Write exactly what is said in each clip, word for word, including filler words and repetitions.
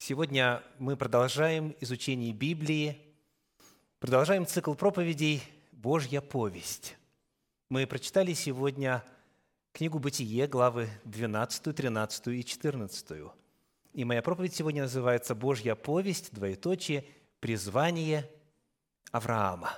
Сегодня мы продолжаем изучение Библии, продолжаем цикл проповедей «Божья повесть». Мы прочитали сегодня книгу «Бытие», главы двенадцатую, тринадцатую и четырнадцатую. И моя проповедь сегодня называется «Божья повесть, двоеточие, призвание Авраама».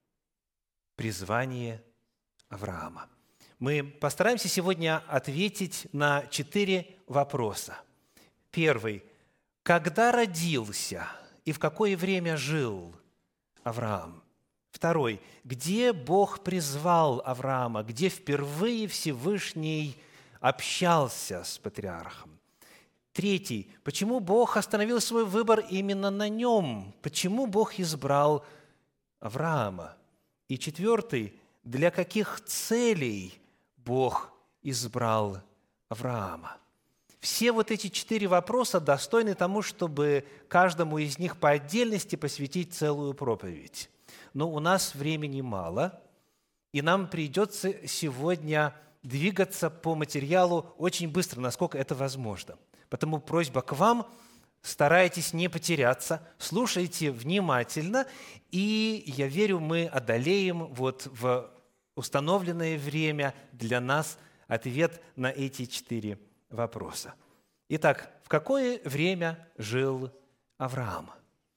Призвание Авраама. Мы постараемся сегодня ответить на четыре вопроса. Первый. Когда родился и в какое время жил Авраам? Второй. Где Бог призвал Авраама? Где впервые Всевышний общался с патриархом? Третий. Почему Бог остановил свой выбор именно на нем? Почему Бог избрал Авраама? И четвертый. Для каких целей Бог избрал Авраама? Все вот эти четыре вопроса достойны тому, чтобы каждому из них по отдельности посвятить целую проповедь. Но у нас времени мало, и нам придется сегодня двигаться по материалу очень быстро, насколько это возможно. Потому просьба к вам: старайтесь не потеряться, слушайте внимательно, и, я верю, мы одолеем вот в установленное время для нас ответ на эти четыре вопроса. Итак, в какое время жил Авраам?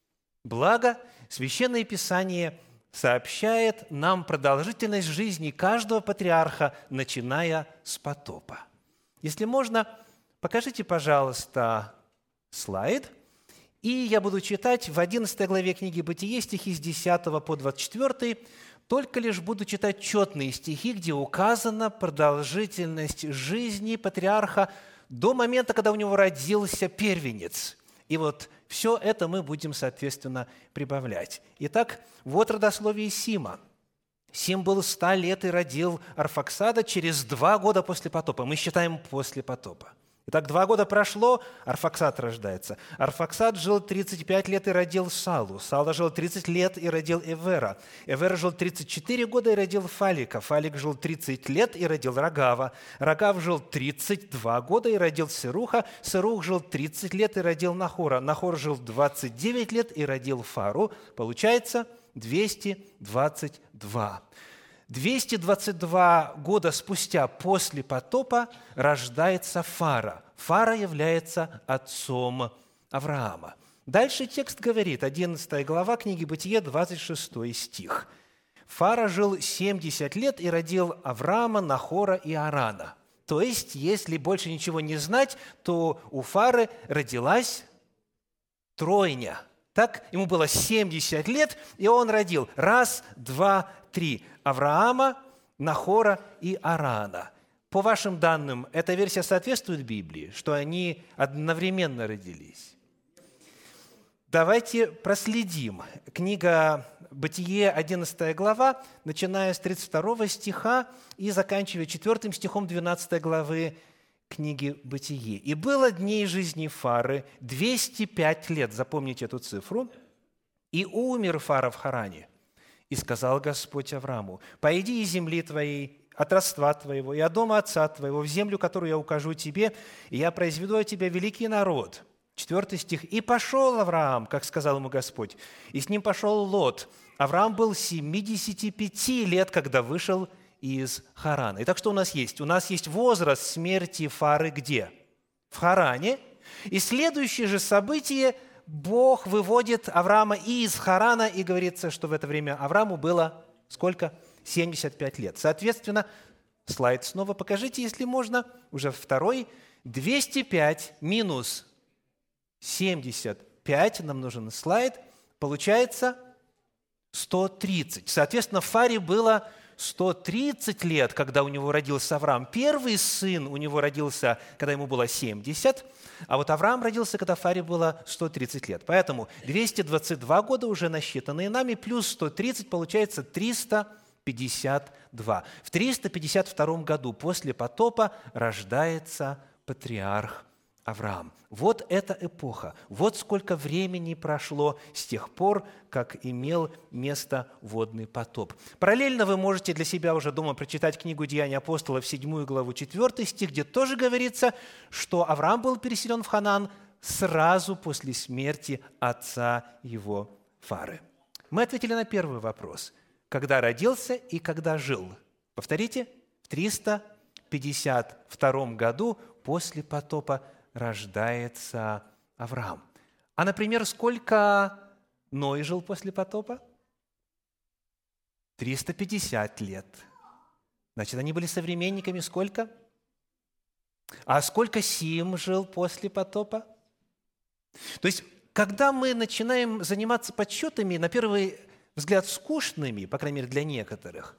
Благо, Священное Писание сообщает нам продолжительность жизни каждого патриарха, начиная с потопа. Если можно, покажите, пожалуйста, слайд. И я буду читать в одиннадцатой главе книги «Бытие» стихи с десятого по двадцать четвёртый, только лишь буду читать четные стихи, где указана продолжительность жизни патриарха до момента, когда у него родился первенец. И вот все это мы будем, соответственно, прибавлять. Итак, вот родословие Сима. Сим был ста лет и родил Арфаксада через два года после потопа. Мы считаем после потопа. Итак, два года прошло, Арфаксад рождается. Арфаксад жил тридцать пять лет и родил Салу. Сала жил тридцать лет и родил Эвера. Эвера жил тридцать четыре года и родил Фалика. Фалик жил тридцать лет и родил Рогава. Рогав жил тридцать два года и родил Серуха. Серух жил тридцать лет и родил Нахора. Нахор жил двадцать девять лет и родил Фару. Получается двести двадцать два. двести двадцать два года спустя после потопа рождается Фара. Фара является отцом Авраама. Дальше текст говорит, одиннадцатая глава книги «Бытие», двадцать шестой стих. Фара жил семьдесят лет и родил Авраама, Нахора и Арана. То есть, если больше ничего не знать, то у Фары родилась тройня. Так, ему было семьдесят лет, и он родил раз, два, три. Авраама, Нахора и Арана. По вашим данным, эта версия соответствует Библии, что они одновременно родились? Давайте проследим. Книга «Бытие», одиннадцатая глава, начиная с тридцать второго стиха и заканчивая четвёртым стихом двенадцатой главы книги «Бытие». «И было дней жизни Фары двести пять лет», запомните эту цифру, «и умер Фара в Харане. И сказал Господь Аврааму: пойди из земли твоей, от родства твоего и от дома отца твоего, в землю, которую я укажу тебе, и я произведу от тебя великий народ». Четвертый стих. «И пошел Авраам, как сказал ему Господь, и с ним пошел Лот. Авраам был семидесяти пяти лет, когда вышел из Харана». Итак, что у нас есть? У нас есть возраст смерти Фары где? В Харане. И следующее же событие – Бог выводит Авраама из Харана, и говорится, что в это время Аврааму было сколько? семьдесят пять лет. Соответственно, слайд снова покажите, если можно, уже второй. двести пять минус семьдесят пять, нам нужен слайд, получается сто тридцать. Соответственно, Фаре было сто тридцать лет, когда у него родился Авраам. Первый сын у него родился, когда ему было семьдесят, а вот Авраам родился, когда Фаре было сто тридцать лет. Поэтому двести двадцать два года уже насчитанные нами, плюс сто тридцать, получается триста пятьдесят два. В триста пятьдесят втором году после потопа рождается патриарх Авраам. Вот эта эпоха, вот сколько времени прошло с тех пор, как имел место водный потоп. Параллельно вы можете для себя уже дома прочитать книгу «Деяния апостолов», седьмую главу, четвёртый стих, где тоже говорится, что Авраам был переселен в Ханаан сразу после смерти отца его Фары. Мы ответили на первый вопрос. Когда родился и когда жил? Повторите. В триста пятьдесят втором году после потопа рождается Авраам. А, например, сколько Ной жил после потопа? триста пятьдесят лет. Значит, они были современниками сколько? А сколько Сим жил после потопа? То есть, когда мы начинаем заниматься подсчетами, на первый взгляд скучными, по крайней мере, для некоторых,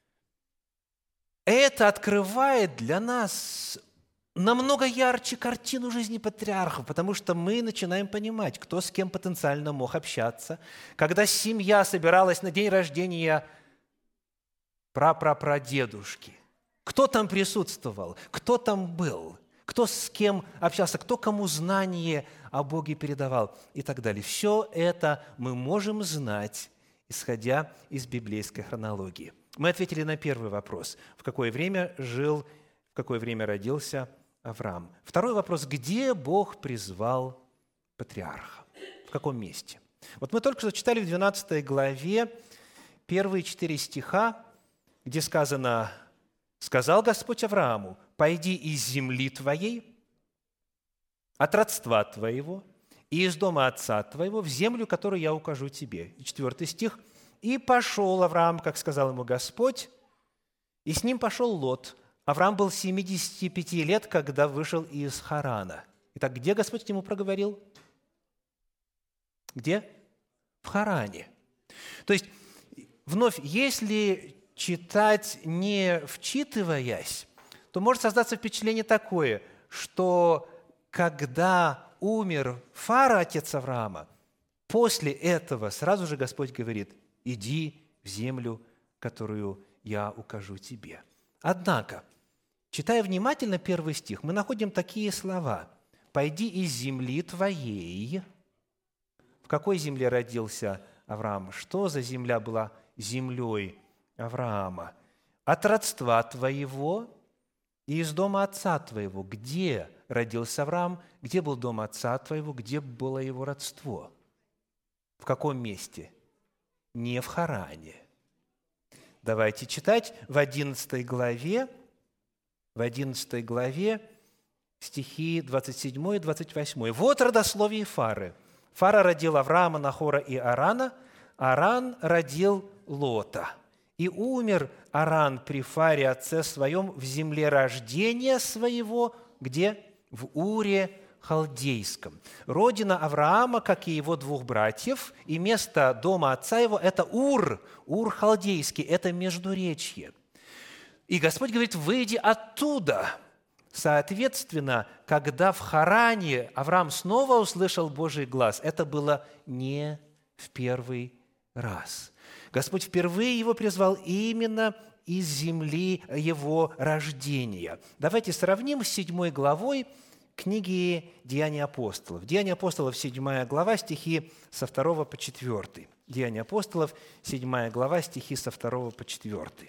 это открывает для нас намного ярче картину жизни патриархов, потому что мы начинаем понимать, кто с кем потенциально мог общаться. Когда семья собиралась на день рождения прапрапрадедушки, кто там присутствовал, кто там был, кто с кем общался, кто кому знание о Боге передавал и так далее. Все это мы можем знать, исходя из библейской хронологии. Мы ответили на первый вопрос. В какое время жил, в какое время родился Авраам? Второй вопрос. Где Бог призвал патриарха? В каком месте? Вот мы только что читали в двенадцатой главе первые четыре стиха, где сказано: «Сказал Господь Аврааму: пойди из земли твоей, от родства твоего и из дома отца твоего в землю, которую я укажу тебе». И четвертый стих. «И пошел Авраам, как сказал ему Господь, и с ним пошел Лот. Авраам был семидесяти пяти лет, когда вышел из Харана». Итак, где Господь к нему проговорил? Где? В Харане. То есть, вновь, если читать не вчитываясь, то может создаться впечатление такое, что когда умер Фара, отец Авраама, после этого сразу же Господь говорит: «Иди в землю, которую я укажу тебе». Однако, читая внимательно первый стих, мы находим такие слова: «Пойди из земли твоей». В какой земле родился Авраам? Что за земля была землей Авраама? «От родства твоего и из дома отца твоего». Где родился Авраам? Где был дом отца твоего? Где было его родство? В каком месте? Не в Харане. Давайте читать в одиннадцатой главе, в одиннадцатой главе стихи двадцать седьмой и двадцать восьмой. «Вот родословие Фары. Фара родил Авраама, Нахора и Арана, Аран родил Лота. И умер Аран при Фаре, отце своем, в земле рождения своего, где? В Уре Халдейском. Родина Авраама, как и его двух братьев, и место дома отца его – это Ур, Ур Халдейский, это Междуречье. И Господь говорит: выйди оттуда». Соответственно, когда в Харане Авраам снова услышал Божий глас, это было не в первый раз. Господь впервые его призвал именно из земли его рождения. Давайте сравним с седьмой главой книги «Деяния апостолов». «Деяния апостолов», седьмая глава, стихи со второго по четвёртый. «Деяния апостолов», седьмая глава, стихи со второго по четвёртый.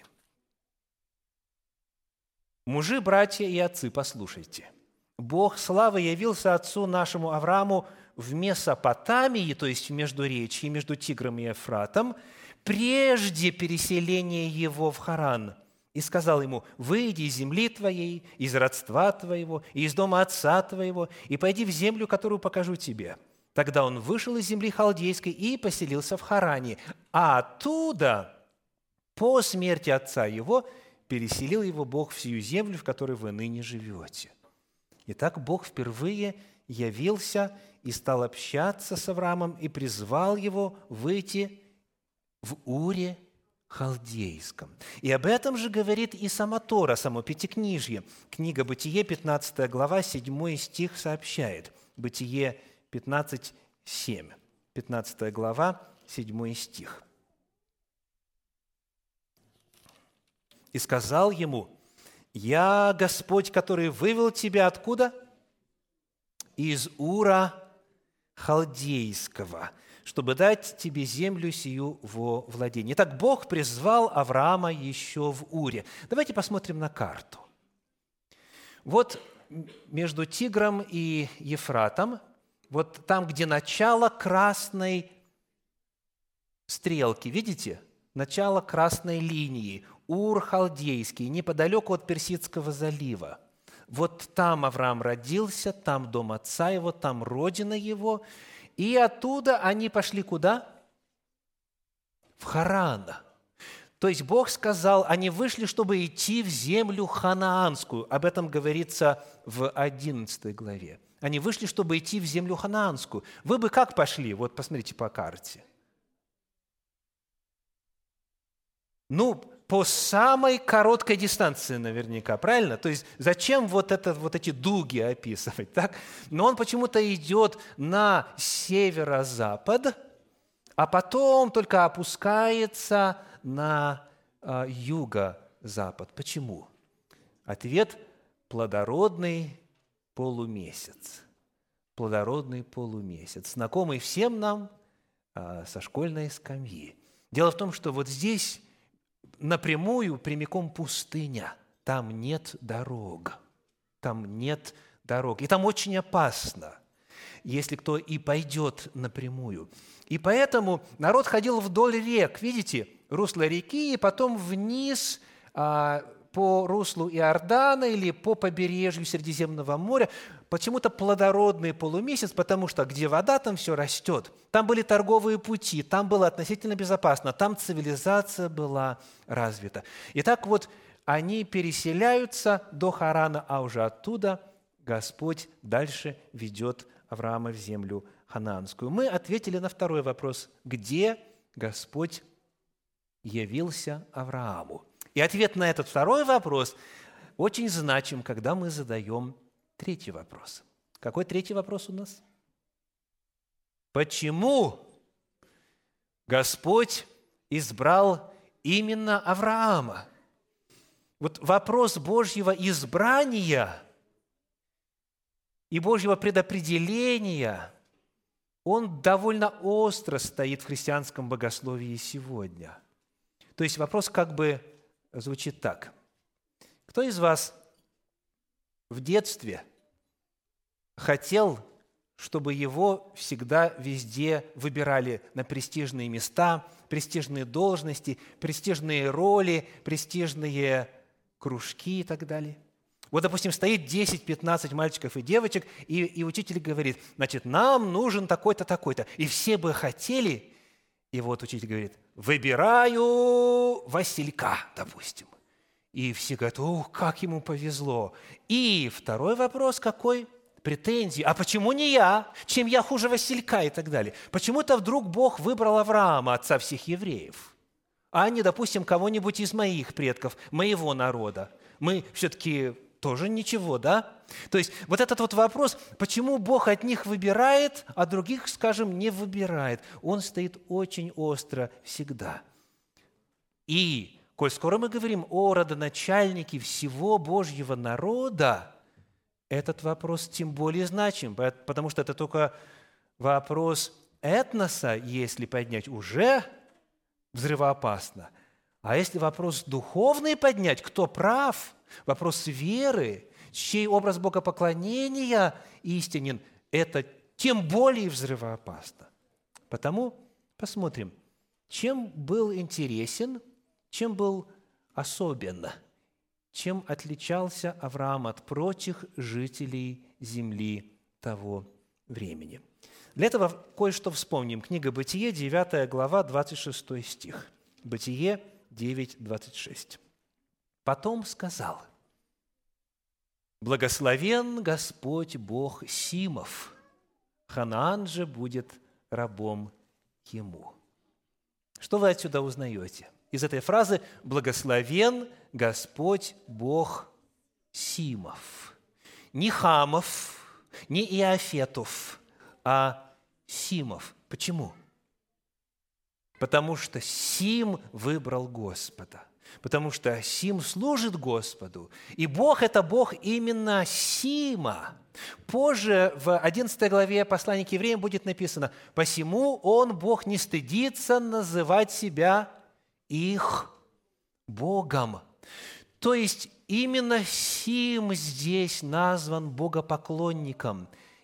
«Мужи, братья и отцы, послушайте. Бог славы явился отцу нашему Аврааму в Месопотамии, то есть в Междуречии, между Тигром и Ефратом, прежде переселения его в Харан, и сказал ему: выйди из земли твоей, из родства твоего, и из дома отца твоего, и пойди в землю, которую покажу тебе. Тогда он вышел из земли халдейской и поселился в Харане, а оттуда, по смерти отца его, переселил его Бог в сию землю, в которой вы ныне живете». Итак, Бог впервые явился и стал общаться с Авраамом и призвал его выйти в Уре Халдейском. И об этом же говорит и сама Тора, само Пятикнижье. Книга Бытие, пятнадцатая глава, седьмой стих сообщает. Бытие пятнадцать, семь. пятнадцатая глава, седьмой стих. «И сказал ему: я Господь, который вывел тебя откуда? Из Ура Халдейского, чтобы дать тебе землю сию во владение». Итак, Бог призвал Авраама еще в Уре. Давайте посмотрим на карту. Вот между Тигром и Ефратом Вот там, где начало красной стрелки, видите? Начало красной линии, Ур Халдейский, неподалеку от Персидского залива. Вот там Авраам родился, там дом отца его, там родина его. И оттуда они пошли куда? В Харан. То есть Бог сказал, они вышли, чтобы идти в землю ханаанскую. Об этом говорится в одиннадцатой главе. Они вышли, чтобы идти в землю ханаанскую. Вы бы как пошли? Вот посмотрите по карте. Ну, по самой короткой дистанции наверняка, правильно? То есть зачем вот, это, вот эти дуги описывать, так? Но он почему-то идет на северо-запад, а потом только опускается на э, юго-запад. Почему? Ответ – плодородный полумесяц. Плодородный полумесяц, знакомый всем нам э, со школьной скамьи. Дело в том, что вот здесь напрямую, прямиком пустыня. Там нет дорог. Там нет дорог. И там очень опасно, если кто и пойдет напрямую. И поэтому народ ходил вдоль рек. Видите, русло реки, и потом вниз а, по руслу Иордана или по побережью Средиземного моря. Почему-то плодородный полумесяц, потому что где вода, там все растет. Там были торговые пути, там было относительно безопасно, там цивилизация была развита. И так вот они переселяются до Харана, а уже оттуда Господь дальше ведет Авраама в землю ханаанскую. Мы ответили на второй вопрос. Где Господь явился Аврааму? И ответ на этот второй вопрос очень значим, когда мы задаем третий вопрос. Какой третий вопрос у нас? Почему Господь избрал именно Авраама? Вот вопрос Божьего избрания и Божьего предопределения, он довольно остро стоит в христианском богословии сегодня. То есть вопрос как бы звучит так. Кто из вас в детстве хотел, чтобы его всегда везде выбирали на престижные места, престижные должности, престижные роли, престижные кружки и так далее? Вот, допустим, стоит десять-пятнадцать мальчиков и девочек, и, и учитель говорит, значит, нам нужен такой-то, такой-то. И все бы хотели, и вот учитель говорит, выбираю Василька, допустим. И все говорят, ух, как ему повезло. И второй вопрос какой? Претензии. А почему не я? Чем я хуже Василька и так далее? Почему-то вдруг Бог выбрал Авраама, отца всех евреев, а не, допустим, кого-нибудь из моих предков, моего народа. Мы все-таки тоже ничего, да? То есть вот этот вот вопрос, почему Бог от них выбирает, а других, скажем, не выбирает, он стоит очень остро всегда. И, коль скоро мы говорим о родоначальнике всего Божьего народа, этот вопрос тем более значим, потому что это только вопрос этноса, если поднять, уже взрывоопасно. А если вопрос духовный поднять, кто прав, вопрос веры, чей образ богопоклонения истинен, это тем более взрывоопасно. Потому посмотрим, чем был интересен, чем был особен, чем отличался Авраам от прочих жителей земли того времени. Для этого кое-что вспомним. Книга Бытие, девятая глава, двадцать шестой стих. Бытие девять, двадцать шесть. «Потом сказал, благословен Господь Бог Симов, Ханаан же будет рабом ему». Что вы отсюда узнаете? Из этой фразы «благословен Господь Бог Симов». Не Хамов, не Иофетов, а Симов. Почему? Потому что Сим выбрал Господа. Потому что Сим служит Господу. И Бог – это Бог именно Сима. Позже в одиннадцатой главе послания к евреям будет написано: «Посему Он, Бог, не стыдится называть себя их Богом». То есть именно Сим здесь назван богопоклонником.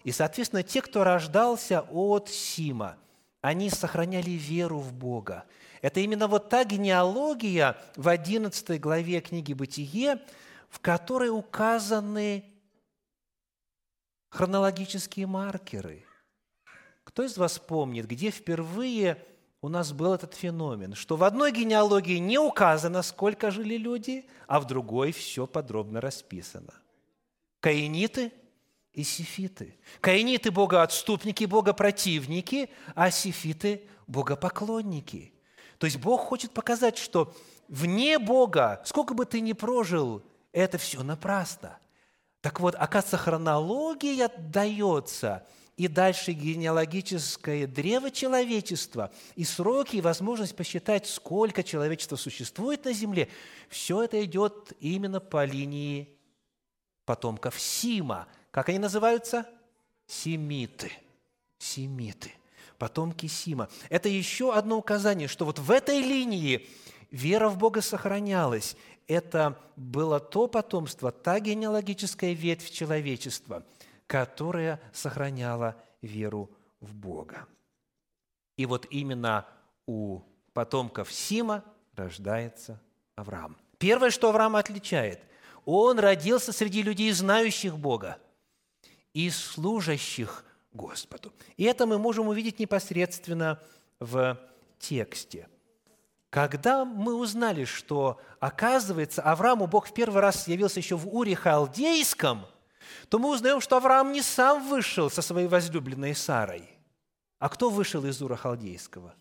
И, соответственно, те, кто рождался от Сима, они сохраняли веру в Бога. Это именно вот та генеалогия в одиннадцатой главе книги «Бытие», в которой указаны хронологические маркеры. Кто из вас помнит, где впервые у нас был этот феномен, что в одной генеалогии не указано, сколько жили люди, а в другой все подробно расписано? Каиниты и сефиты. Каиниты – богоотступники, богопротивники, а сефиты – богопоклонники. То есть Бог хочет показать, что вне Бога, сколько бы ты ни прожил, это все напрасно. Так вот, оказывается, хронология дается, и дальше генеалогическое древо человечества, и сроки, и возможность посчитать, сколько человечества существует на земле, все это идет именно по линии потомков Сима. Как они называются? Семиты. Семиты. Потомки Сима. Это еще одно указание, что вот в этой линии вера в Бога сохранялась. Это было то потомство, та генеалогическая ветвь человечества, которая сохраняла веру в Бога. И вот именно у потомков Сима рождается Авраам. Первое, что Авраама отличает, он родился среди людей, знающих Бога и служащих Господу. И это мы можем увидеть непосредственно в тексте. Когда мы узнали, что, оказывается, Аврааму Бог в первый раз явился еще в Уре Халдейском, то мы узнаем, что Авраам не сам вышел со своей возлюбленной Сарой. А кто вышел из Ура Халдейского?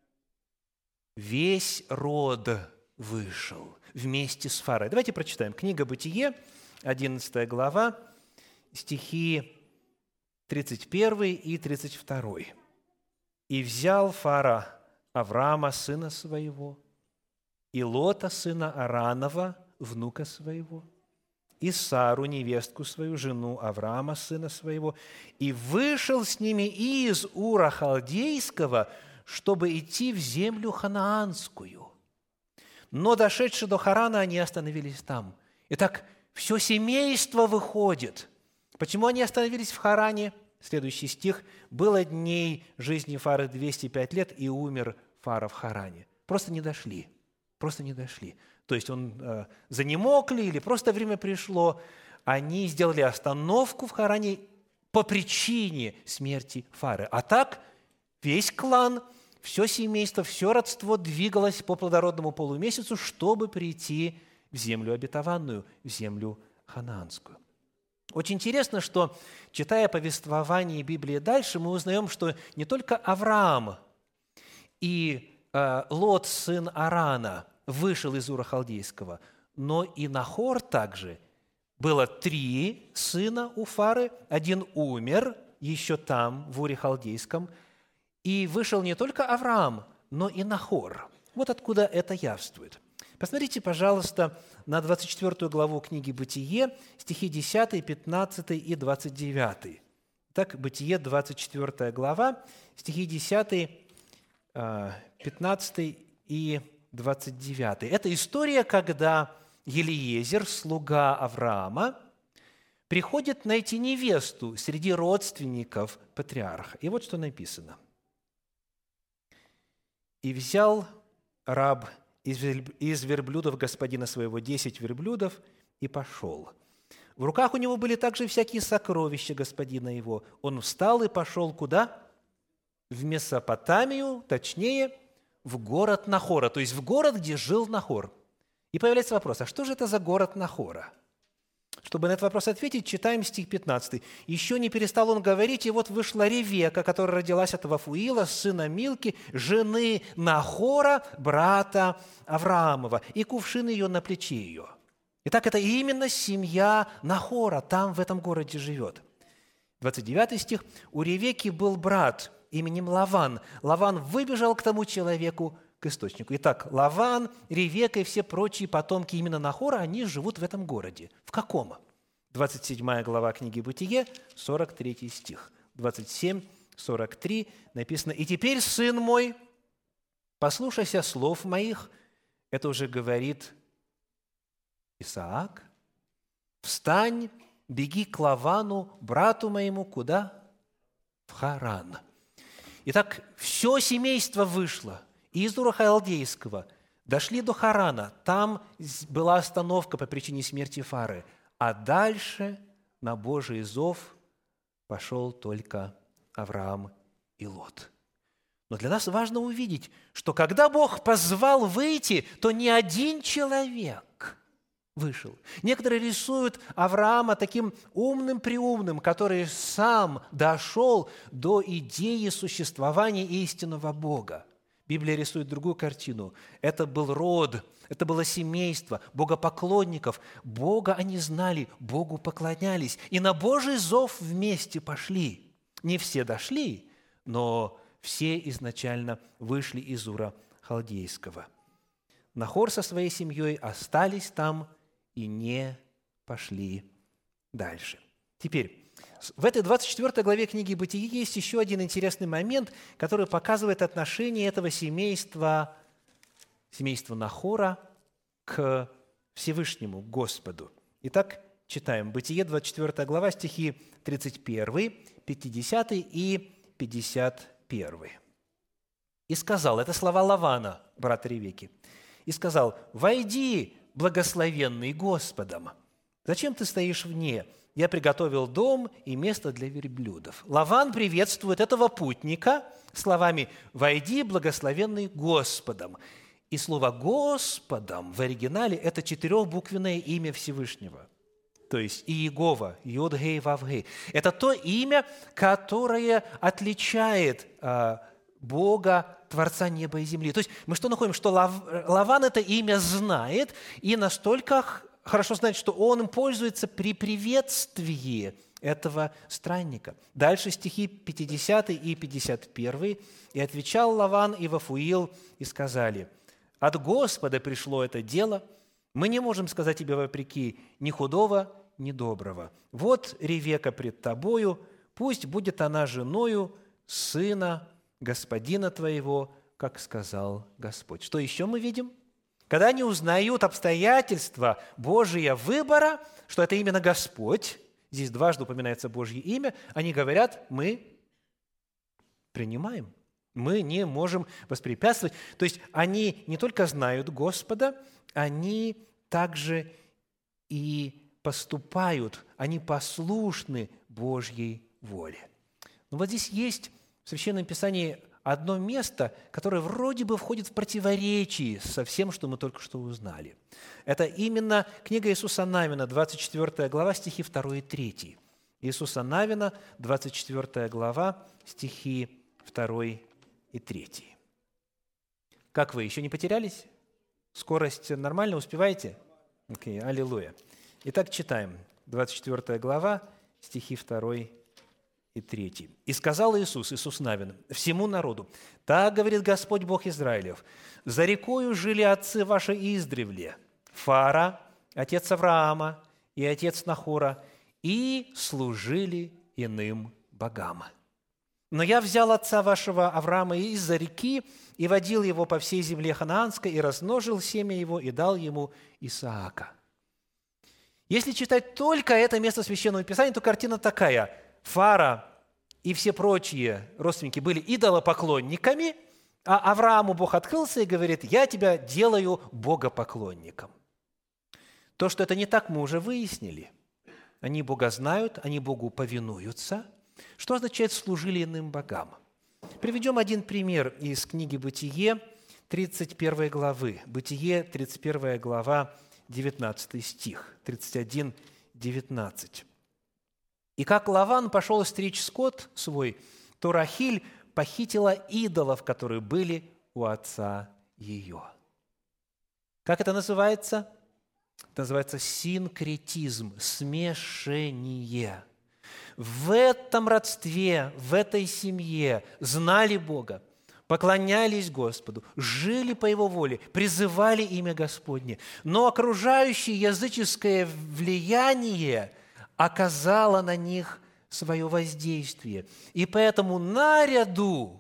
Весь род вышел вместе с Фарой. Давайте прочитаем. Книга «Бытие», одиннадцатая глава, стихи тридцать первый и тридцать второй. «И взял Фара Авраама, сына своего, и Лота, сына Аранова, внука своего, и Сару, невестку свою, жену Авраама, сына своего, и вышел с ними из Ура Халдейского, чтобы идти в землю ханаанскую. Но, дошедшие до Харана, они остановились там». Итак, все семейство выходит. Почему они остановились в Харане? Следующий стих. «Было дней жизни Фары двести пять лет, и умер Фара в Харане». Просто не дошли. Просто не дошли. То есть он э, занемог ли, или просто время пришло. Они сделали остановку в Харане по причине смерти Фары. А так весь клан, все семейство, все родство двигалось по плодородному полумесяцу, чтобы прийти в землю обетованную, в землю ханаанскую. Очень интересно, что, читая повествование Библии дальше, мы узнаем, что не только Авраам и э, Лот, сын Арана, вышел из Ура Халдейского, но и Нахор также. Было три сына у Фары, один умер еще там, в Уре Халдейском, и вышел не только Авраам, но и Нахор. Вот откуда это явствует. Посмотрите, пожалуйста, на двадцать четвёртую главу книги «Бытие», стихи десятый, пятнадцатый и двадцать девятый. Так, «Бытие», двадцать четвёртая глава, стихи десятый, пятнадцатый и двадцать девятый. Это история, когда Елиезер, слуга Авраама, приходит найти невесту среди родственников патриарха. И вот что написано. «И взял раб из верблюдов господина своего десять верблюдов и пошел. В руках у него были также всякие сокровища господина его. Он встал и пошел куда? В Месопотамию, точнее, в город Нахора, то есть в город, где жил Нахор». И появляется вопрос, а что же это за город Нахора? Чтобы на этот вопрос ответить, читаем стих пятнадцатый. «Еще не перестал он говорить, и вот вышла Ревека, которая родилась от Вафуила, сына Милки, жены Нахора, брата Авраамова, и кувшин ее на плече ее». Итак, это именно семья Нахора, там, в этом городе живет. двадцать девятый стих. «У Ревеки был брат именем Лаван. Лаван выбежал к тому человеку, к источнику». Итак, Лаван, Ревека и все прочие потомки именно Нахора, они живут в этом городе. В каком? двадцать седьмая глава книги «Бытие», сорок третий стих. двадцать семь, сорок три написано: «И теперь, сын мой, послушайся слов моих». Это уже говорит Исаак. «Встань беги к Лавану, брату моему, куда? В Харан». Итак, все семейство вышло из Ура Халдейского, дошли до Харана, там была остановка по причине смерти Фары, а дальше на Божий зов пошел только Авраам и Лот. Но для нас важно увидеть, что когда Бог позвал выйти, то не один человек вышел. Некоторые рисуют Авраама таким умным-преумным, который сам дошел до идеи существования истинного Бога. Библия рисует другую картину. Это был род, это было семейство богопоклонников. Бога они знали, Богу поклонялись. И на Божий зов вместе пошли. Не все дошли, но все изначально вышли из Ура Халдейского. Нахор со своей семьей остались там и не пошли дальше. Теперь, в этой двадцать четвёртой главе книги «Бытие» есть еще один интересный момент, который показывает отношение этого семейства, семейства Нахора к Всевышнему, к Господу. Итак, читаем. Бытие, двадцать четвёртая глава, стихи тридцать первый, пятидесятый и пятьдесят первый. «И сказал», это слова Лавана, брата Ревекки, «и сказал: войди, благословенный Господом. Зачем ты стоишь вне? Я приготовил дом и место для верблюдов». Лаван приветствует этого путника словами: «Войди, благословенный Господом». И слово «Господом» в оригинале – это четырехбуквенное имя Всевышнего. То есть Иегова, Йод-Гей-Вав-Гей. Это то имя, которое отличает а, Бога, Творца неба и земли. То есть мы что находим? Что Лав, Лаван это имя знает и настолько хорошо знает, что он им пользуется при приветствии этого странника. Дальше стихи пятидесятый и пятьдесят первый. «И отвечал Лаван и Вафуил, и сказали: от Господа пришло это дело, мы не можем сказать тебе вопреки ни худого, ни доброго. Вот Ревека пред тобою, пусть будет она женою сына господина твоего, как сказал Господь». Что еще мы видим? Когда они узнают обстоятельства Божия выбора, что это именно Господь, здесь дважды упоминается Божье имя, они говорят: мы принимаем, мы не можем воспрепятствовать. То есть они не только знают Господа, они также и поступают, они послушны Божьей воле. Но вот здесь есть в Священном Писании одно место, которое вроде бы входит в противоречие со всем, что мы только что узнали. Это именно книга Иисуса Навина, двадцать четвёртая глава, стихи два и три. Иисуса Навина, двадцать четвёртая глава, стихи два и три. Как вы, еще не потерялись? Скорость нормально, успеваете? Окей, аллилуйя. Итак, читаем. двадцать четвёртая глава, стихи два и три. «И сказал Иисус, Иисус Навин, всему народу: так говорит Господь Бог Израилев, за рекою жили отцы ваши издревле, Фара, отец Авраама и отец Нахора, и служили иным богам. Но я взял отца вашего Авраама из-за реки и водил его по всей земле ханаанской, и размножил семя его, и дал ему Исаака». Если читать только это место Священного Писания, то картина такая: Фара и все прочие родственники были идолопоклонниками, а Аврааму Бог открылся и говорит: «Я тебя делаю богопоклонником». То, что это не так, мы уже выяснили. Они Бога знают, они Богу повинуются. Что означает «служили иным богам»? Приведем один пример из книги «Бытие», тридцать первой главы. «Бытие», тридцать первая глава, девятнадцатый стих, тридцать один, девятнадцать. «И как Лаван пошел стричь скот свой, то Рахиль похитила идолов, которые были у отца ее». Как это называется? Это называется синкретизм, смешение. В этом родстве, в этой семье знали Бога, поклонялись Господу, жили по Его воле, призывали имя Господне. Но окружающее языческое влияние оказало на них свое воздействие. И поэтому наряду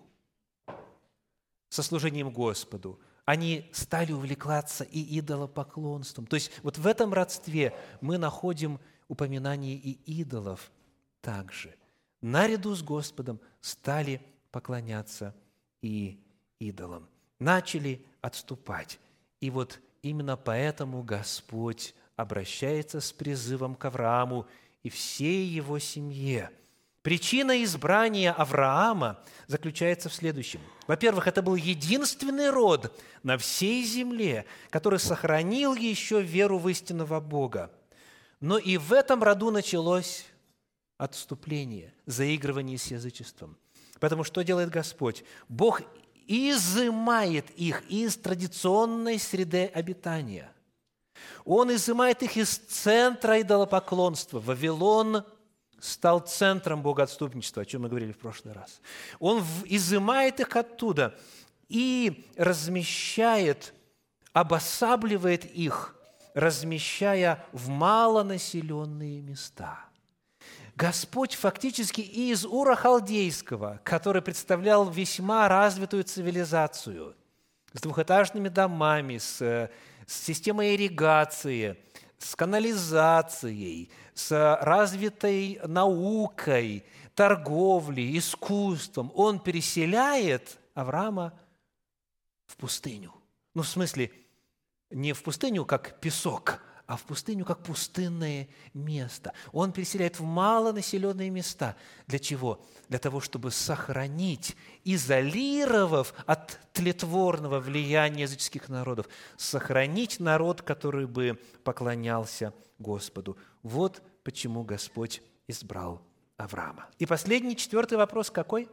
со служением Господу они стали увлекаться и идолопоклонством. То есть вот в этом родстве мы находим упоминание и идолов также. Наряду с Господом стали поклоняться и идолам. Начали отступать. И вот именно поэтому Господь обращается с призывом к Аврааму и всей его семье. Причина избрания Авраама заключается в следующем. Во-первых, это был единственный род на всей земле, который сохранил еще веру в истинного Бога. Но и в этом роду началось отступление, заигрывание с язычеством. Поэтому что делает Господь? Бог изымает их из традиционной среды обитания. Он изымает их из центра идолопоклонства. Вавилон стал центром богоотступничества, о чем мы говорили в прошлый раз. Он изымает их оттуда и размещает, обосабливает их, размещая в малонаселенные места. Господь фактически из Ура Халдейского, который представлял весьма развитую цивилизацию, с двухэтажными домами, с, с системой ирригации, с канализацией, с развитой наукой, торговлей, искусством, он переселяет Авраама в пустыню. Ну, в смысле, не в пустыню, как песок, а в пустыню, как пустынное место. Он переселяет в малонаселенные места. Для чего? Для того, чтобы сохранить, изолировав от тлетворного влияния языческих народов, сохранить народ, который бы поклонялся Господу. Вот почему Господь избрал Авраама. И последний, четвертый вопрос какой?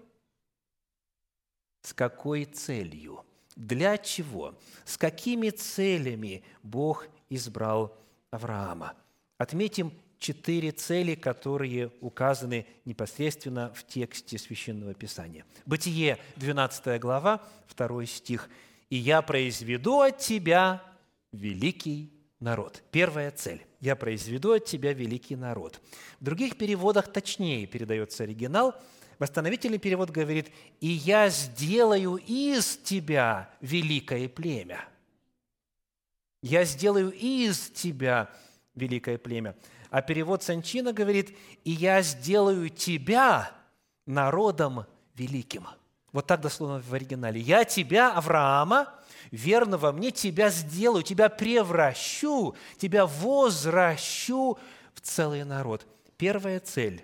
С какой целью? Для чего? С какими целями Бог избрал Авраама? Отметим четыре цели, которые указаны непосредственно в тексте Священного Писания. Бытие, двенадцатая глава, второй стих. «И я произведу от тебя великий народ». Первая цель. «Я произведу от тебя великий народ». В других переводах точнее передается оригинал. Восстановительный перевод говорит: «И я сделаю из тебя великое племя». «Я сделаю из тебя великое племя». А перевод Санчина говорит: «И я сделаю тебя народом великим». Вот так дословно в оригинале. «Я тебя, Авраама, верного мне, тебя сделаю, тебя превращу, тебя возвращу в целый народ». Первая цель.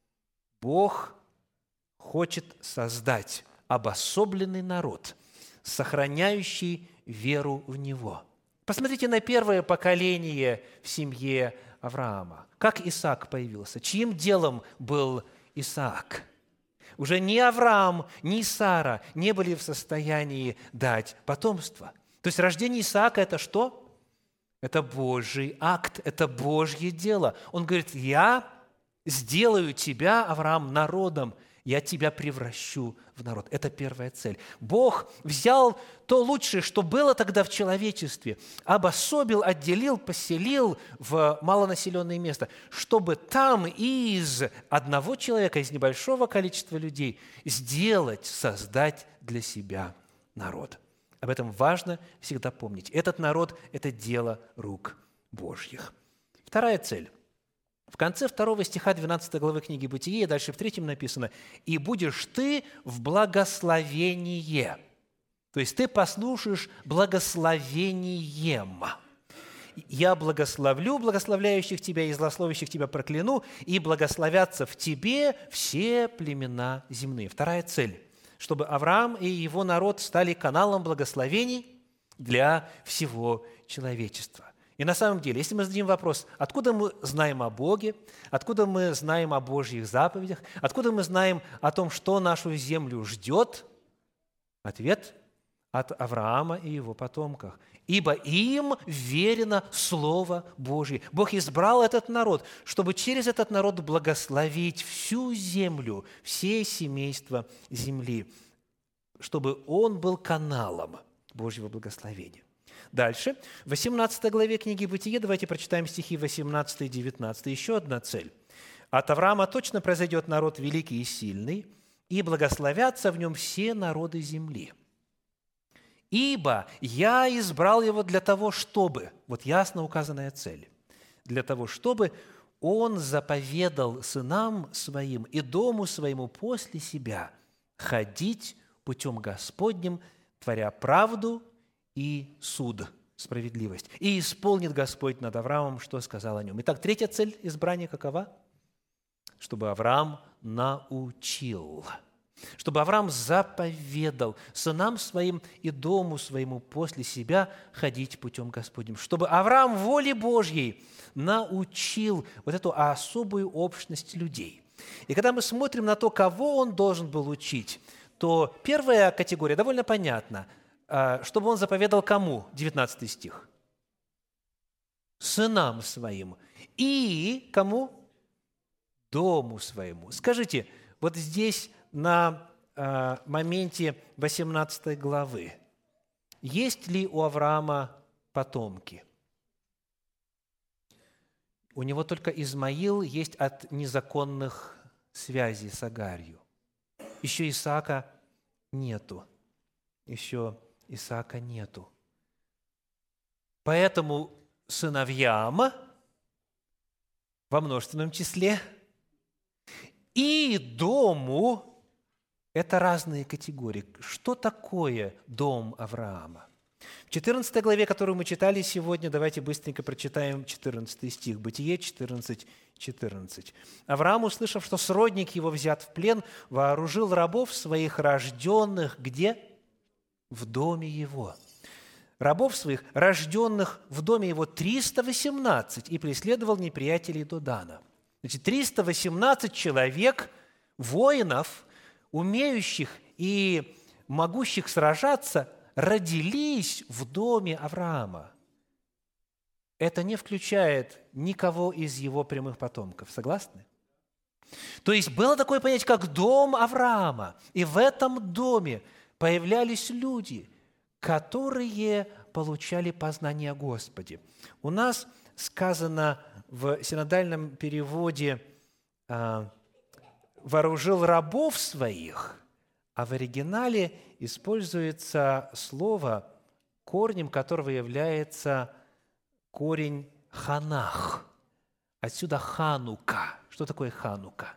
Бог хочет создать обособленный народ, сохраняющий веру в Него. Посмотрите на первое поколение в семье Авраама. Как Исаак появился? Чьим делом был Исаак? Уже ни Авраам, ни Сара не были в состоянии дать потомство. То есть рождение Исаака – это что? Это Божий акт, это Божье дело. Он говорит: «Я сделаю тебя, Авраам, народом, я тебя превращу в народ». Это первая цель. Бог взял то лучшее, что было тогда в человечестве, обособил, отделил, поселил в малонаселенное место, чтобы там из одного человека, из небольшого количества людей сделать, создать для себя народ. Об этом важно всегда помнить. Этот народ – это дело рук Божьих. Вторая цель. В конце второго стиха двенадцатой главы книги Бытие, дальше в третьем написано: «И будешь ты в благословение». То есть ты послушаешь благословением. «Я благословлю благословляющих тебя и злословящих тебя прокляну, и благословятся в тебе все племена земные». Вторая цель – чтобы Авраам и его народ стали каналом благословений для всего человечества. И на самом деле, если мы зададим вопрос, откуда мы знаем о Боге, откуда мы знаем о Божьих заповедях, откуда мы знаем о том, что нашу землю ждет, ответ – от Авраама и его потомков. «Ибо им верено Слово Божье». Бог избрал этот народ, чтобы через этот народ благословить всю землю, все семейства земли, чтобы он был каналом Божьего благословения. Дальше, в восемнадцатой главе книги Бытие, давайте прочитаем стихи восемнадцатый и девятнадцатый. Еще одна цель. «От Авраама точно произойдет народ великий и сильный, и благословятся в нем все народы земли. Ибо я избрал его для того, чтобы...» Вот ясно указанная цель. «Для того, чтобы Он заповедал сынам своим и дому своему после себя ходить путем Господним, творя правду и суд, справедливость. И исполнит Господь над Авраамом, что сказал о нем». Итак, третья цель избрания какова? Чтобы Авраам научил, чтобы Авраам заповедал сынам своим и дому своему после себя ходить путем Господним, чтобы Авраам воле Божьей научил вот эту особую общность людей. И когда мы смотрим на то, кого он должен был учить, то первая категория довольно понятна. Чтобы он заповедал кому? девятнадцатый стих. Сынам своим. И кому? Дому своему. Скажите, вот здесь на э, моменте восемнадцатой главы есть ли у Авраама потомки? У него только Измаил есть от незаконных связей с Агарью. Еще Исаака нету. Еще Исаака нету. Поэтому сыновьям во множественном числе и дому – это разные категории. Что такое дом Авраама? В четырнадцатой главе, которую мы читали сегодня, давайте быстренько прочитаем четырнадцатый стих. Бытие четырнадцать, четырнадцать. «Авраам, услышав, что сродник его взят в плен, вооружил рабов своих, рожденных где? В доме его. Рабов своих, рожденных в доме его, триста восемнадцать, и преследовал неприятелей до Дана». Значит, триста восемнадцать человек, воинов, умеющих и могущих сражаться, родились в доме Авраама. Это не включает никого из его прямых потомков. Согласны? То есть было такое понятие, как дом Авраама. И в этом доме появлялись люди, которые получали познание о Господе. У нас сказано в синодальном переводе «вооружил рабов своих», а в оригинале используется слово, корнем которого является корень «ханах». Отсюда «ханука». Что такое «ханука»?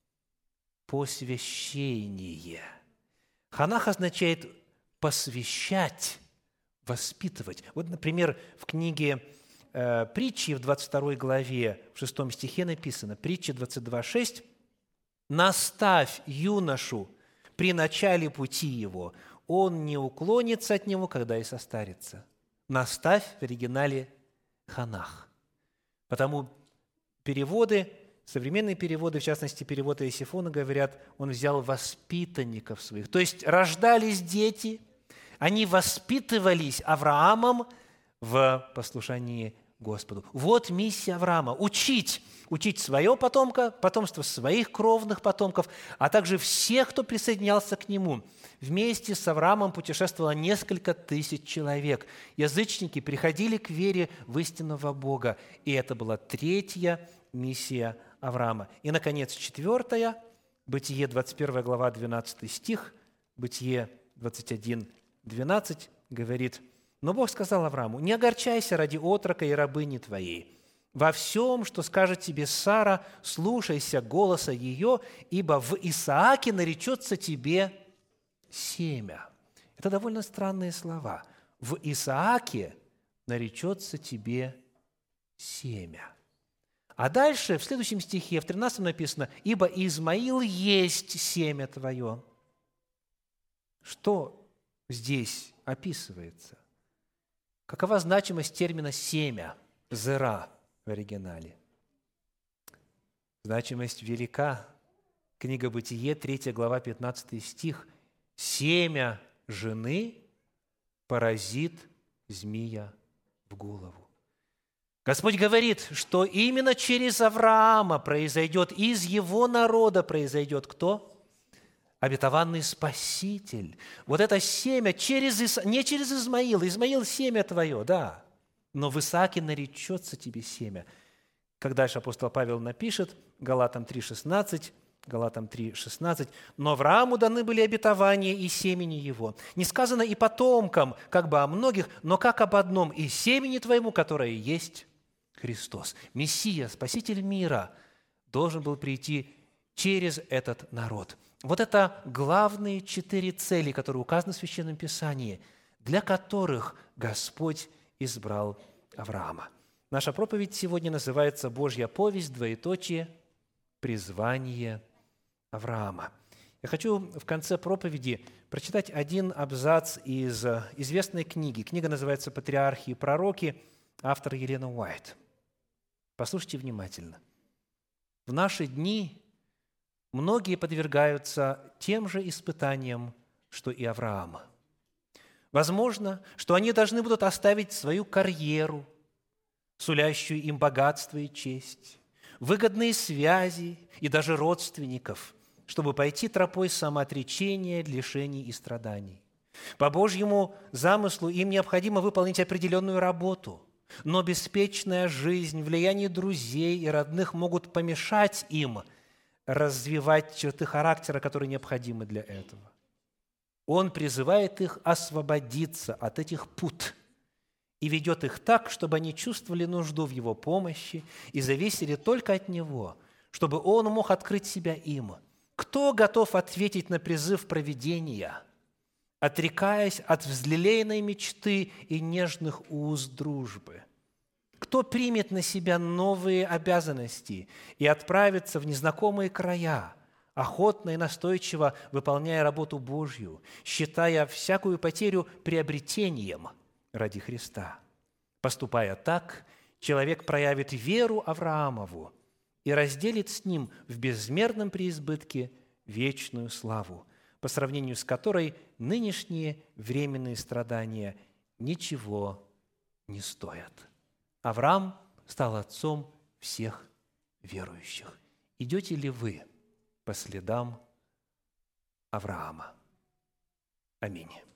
Посвящение. «Ханах» означает посвящать, воспитывать. Вот, например, в книге э, «Притчи» в двадцать второй главе, в шестом стихе написано, Притчи двадцать два шесть, «Наставь юношу при начале пути его, он не уклонится от него, когда и состарится». Наставь в оригинале «ханах». Потому переводы, современные переводы, в частности, перевод Иосифона, говорят, он взял воспитанников своих. То есть рождались дети, они воспитывались Авраамом в послушании Господу. Вот миссия Авраама – учить, учить свое потомка, потомство своих кровных потомков, а также всех, кто присоединялся к нему. Вместе с Авраамом путешествовало несколько тысяч человек. Язычники приходили к вере в истинного Бога, и это была третья миссия Авраама. И, наконец, четвертая, Бытие, двадцать первая глава, двенадцатый стих, Бытие двадцать один, двенадцать, говорит: «Но Бог сказал Аврааму: не огорчайся ради отрока и рабыни твоей. Во всем, что скажет тебе Сара, слушайся голоса ее, ибо в Исааке наречется тебе семя». Это довольно странные слова. «В Исааке наречется тебе семя». А дальше, в следующем стихе, в тринадцатом написано: «Ибо Измаил есть семя твое». Что здесь описывается? Какова значимость термина «семя», «зера» в оригинале? Значимость велика. Книга Бытие, третья глава, пятнадцатый стих. «Семя жены поразит змея в голову». Господь говорит, что именно через Авраама произойдет, из его народа произойдет кто? Обетованный Спаситель. Вот это семя через Ис... не через Измаила. Измаил – семя твое, да, но в Исааке наречется тебе семя. Как дальше апостол Павел напишет, Галатам три шестнадцать, Галатам три шестнадцать, «Но Аврааму даны были обетования и семени его. Не сказано и потомкам, как бы о многих, но как об одном, и семени твоему, которое есть Христос. Мессия, Спаситель мира, должен был прийти через этот народ. Вот это главные четыре цели, которые указаны в Священном Писании, для которых Господь избрал Авраама. Наша проповедь сегодня называется «Божья повесть, двоеточие, призвание Авраама». Я хочу в конце проповеди прочитать один абзац из известной книги. Книга называется «Патриархи и пророки», автор Елена Уайт. Послушайте внимательно. В наши дни многие подвергаются тем же испытаниям, что и Авраам. Возможно, что они должны будут оставить свою карьеру, сулящую им богатство и честь, выгодные связи и даже родственников, чтобы пойти тропой самоотречения, лишений и страданий. По Божьему замыслу им необходимо выполнить определенную работу, но беспечная жизнь, влияние друзей и родных могут помешать им развивать черты характера, которые необходимы для этого. Он призывает их освободиться от этих пут и ведет их так, чтобы они чувствовали нужду в Его помощи и зависели только от Него, чтобы Он мог открыть себя им. Кто готов ответить на призыв провидения, отрекаясь от взлелеянной мечты и нежных уз дружбы? Кто примет на себя новые обязанности и отправится в незнакомые края, охотно и настойчиво выполняя работу Божью, считая всякую потерю приобретением ради Христа? Поступая так, человек проявит веру Авраамову и разделит с ним в безмерном преизбытке вечную славу, по сравнению с которой нынешние временные страдания ничего не стоят. Авраам стал отцом всех верующих. Идете ли вы по следам Авраама? Аминь.